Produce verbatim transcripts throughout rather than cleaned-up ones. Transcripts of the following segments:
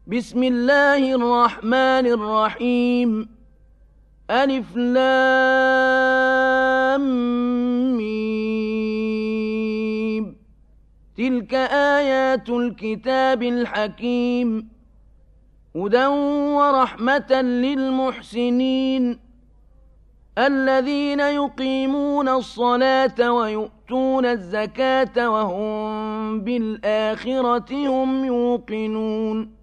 بسم الله الرحمن الرحيم. ألف لام ميم. تلك آيات الكتاب الحكيم، هدى ورحمة للمحسنين الذين يقيمون الصلاة ويؤتون الزكاة وهم بالآخرة هم يوقنون.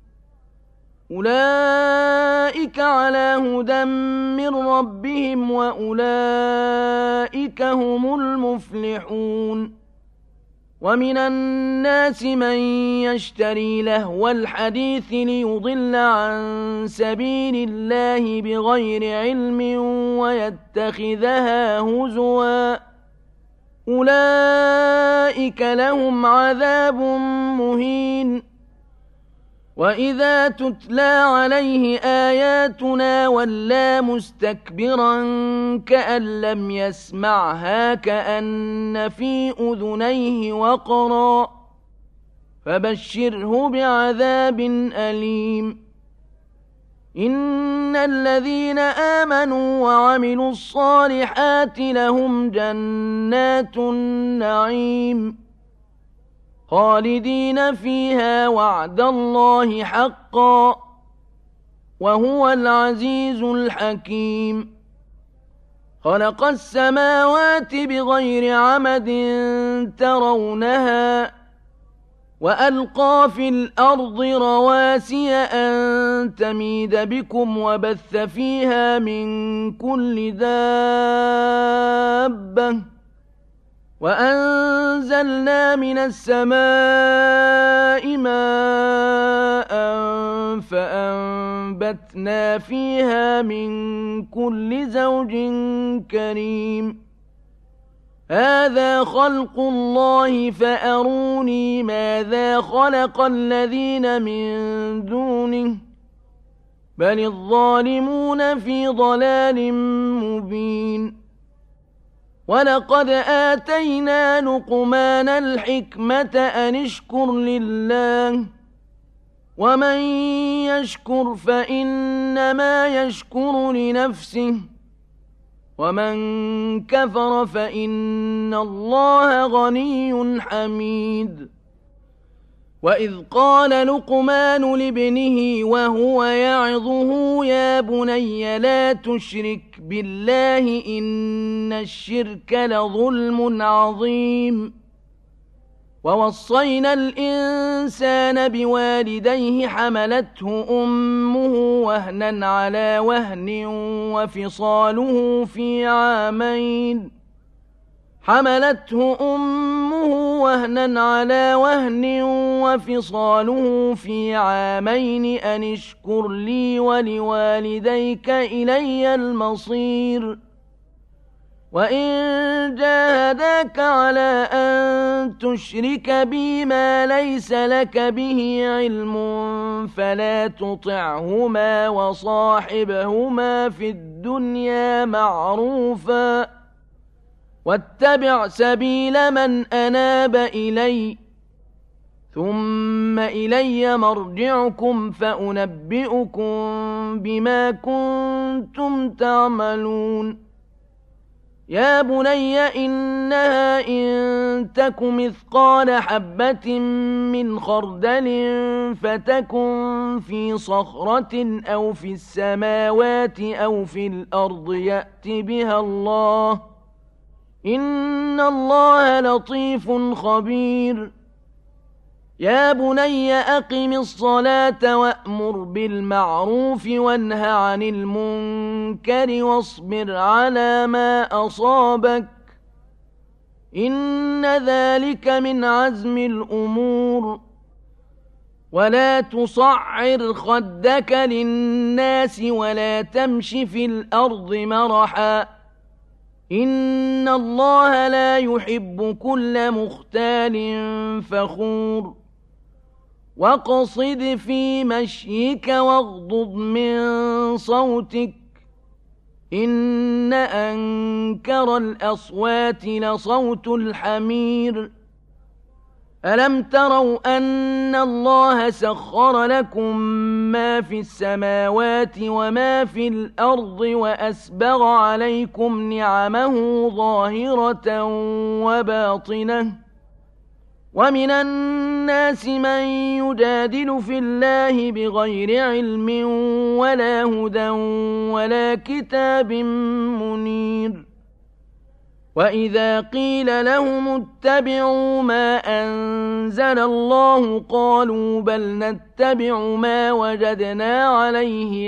أولئك على هدى من ربهم وأولئك هم المفلحون. ومن الناس من يشتري لهو الحديث ليضل عن سبيل الله بغير علم ويتخذها هزوا، أولئك لهم عذاب مهين. وإذا تتلى عليه آياتنا ولى مستكبرا كأن لم يسمعها كأن في أذنيه وقرا، فبشره بعذاب أليم. إن الذين آمنوا وعملوا الصالحات لهم جنات النعيم خالدين فيها وعد الله حقا، وهو العزيز الحكيم. خلق السماوات بغير عمد ترونها وألقى في الأرض رواسي أن تميد بكم وبث فيها من كل دابة، وأنزلنا من السماء ماء فأنبتنا فيها من كل زوج كريم. هذا خلق الله فأروني ماذا خلق الذين من دونه، بل الظالمون في ضلال مبين. ولقد آتينا لقمان الحكمة أن اشكر لله، ومن يشكر فإنما يشكر لنفسه، ومن كفر فإن الله غني حميد. وإذ قال لقمان لابنه وهو يعظه يا بني لا تشرك بالله إن الشرك لظلم عظيم. ووصينا الإنسان بوالديه حملته أمه وهنا على وهن وفصاله في عامين حملته أمه وهنا على وهن وفصاله في عامين أن اشكر لي ولوالديك إلي المصير. وإن جاهداك على أن تشرك بي ما ليس لك به علم فلا تطعهما وصاحبهما في الدنيا معروفا، واتبع سبيل من أناب إلي، ثم إلي مرجعكم فأنبئكم بما كنتم تعملون. يا بني إنها إن تك مثقال حبة من خردل فتكن في صخرة أو في السماوات أو في الأرض يأت بها الله، إن الله لطيف خبير. يا بني أقم الصلاة وأمر بالمعروف وانه عن المنكر واصبر على ما أصابك، إن ذلك من عزم الأمور. ولا تصعر خدك للناس ولا تمش في الأرض مرحا، إن الله لا يحب كل مختال فخور. واقصد في مشيك واغضض من صوتك، إن أنكر الأصوات لصوت الحمير، ألم تروا أن الله سخر لكم ما في السماوات وما في الأرض وأسبغ عليكم نعمه ظاهرة وباطنة ومن الناس من يجادل في الله بغير علم ولا هدى ولا كتاب منير وإذا قيل لهم اتبعوا ما أنزل الله قالوا بل نتبع ما وجدنا عليه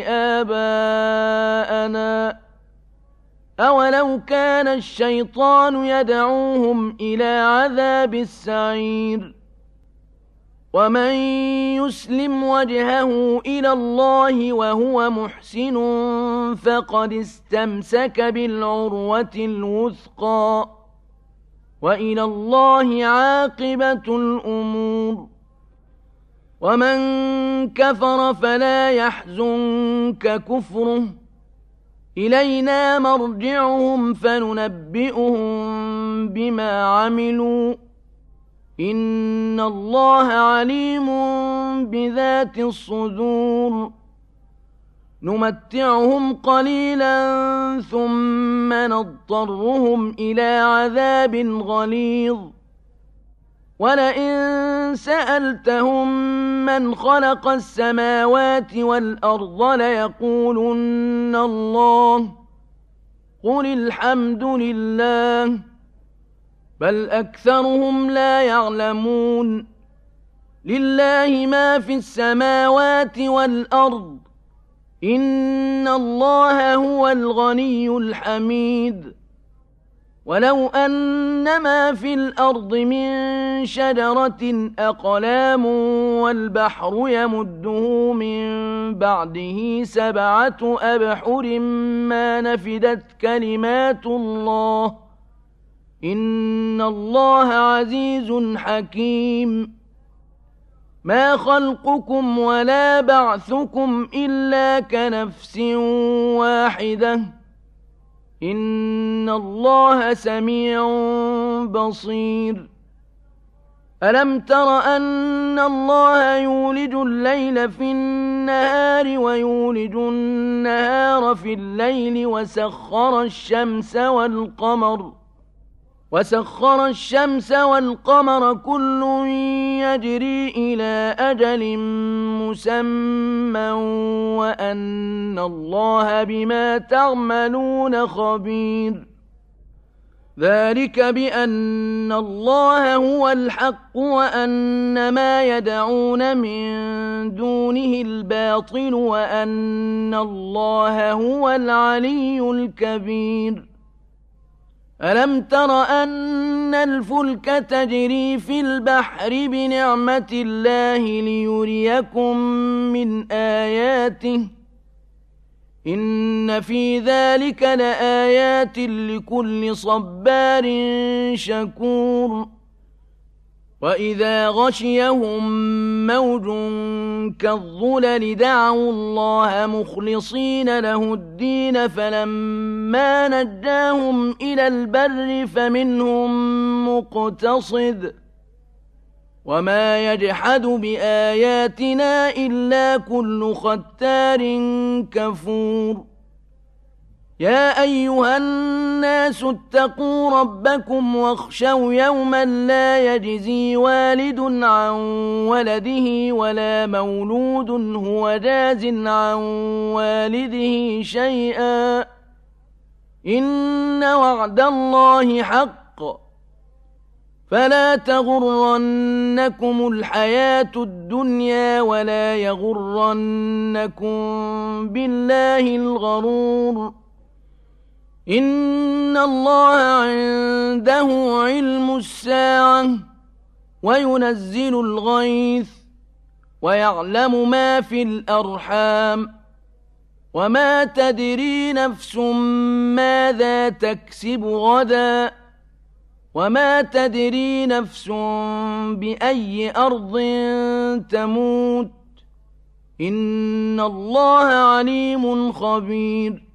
آباءنا أولو كان الشيطان يدعوهم إلى عذاب السعير ومن يسلم وجهه إلى الله وهو محسن فقد استمسك بالعروة الوثقى وإلى الله عاقبة الأمور ومن كفر فلا يحزنك كفره إلينا مرجعهم فننبئهم بما عملوا إن الله عليم بذات الصدور نمتعهم قليلا ثم نضطرهم إلى عذاب غليظ ولئن سألتهم من خلق السماوات والأرض ليقولن الله قل الحمد لله بل أكثرهم لا يعلمون لله ما في السماوات والأرض إن الله هو الغني الحميد ولو أن ما في الأرض من شجرة أقلام والبحر يمده من بعده سبعة أبحر ما نفدت كلمات الله إن الله عزيز حكيم ما خلقكم ولا بعثكم إلا كنفس واحدة إن الله سميع بصير ألم تر أن الله يولج الليل في النهار ويولج النهار في الليل وسخر الشمس والقمر وسخر الشمس والقمر كل يجري إلى أجل مسمى وأن الله بما تعملون خبير ذلك بأن الله هو الحق وأن ما يدعون من دونه الباطل وأن الله هو العلي الكبير ألم تر أن الفلك تجري في البحر بنعمة الله ليريكم من آياته إن في ذلك لآيات لكل صبار شكور وإذا غشيهم موج كالظلل دعوا الله مخلصين له الدين فلما نجاهم إلى البر فمنهم مقتصد وما يجحد بآياتنا إلا كل ختار كفور يا أيها الناس اتقوا ربكم واخشوا يوما لا يجزي والد عن ولده ولا مولود هو جاز عن والده شيئا إن وعد الله حق فلا تغرنكم الحياة الدنيا ولا يغرنكم بالله الغرور إن الله عنده علم الساعة وينزل الغيث ويعلم ما في الأرحام وما تدري نفس ماذا تكسب غدا وما تدري نفس بأي أرض تموت إن الله عليم خبير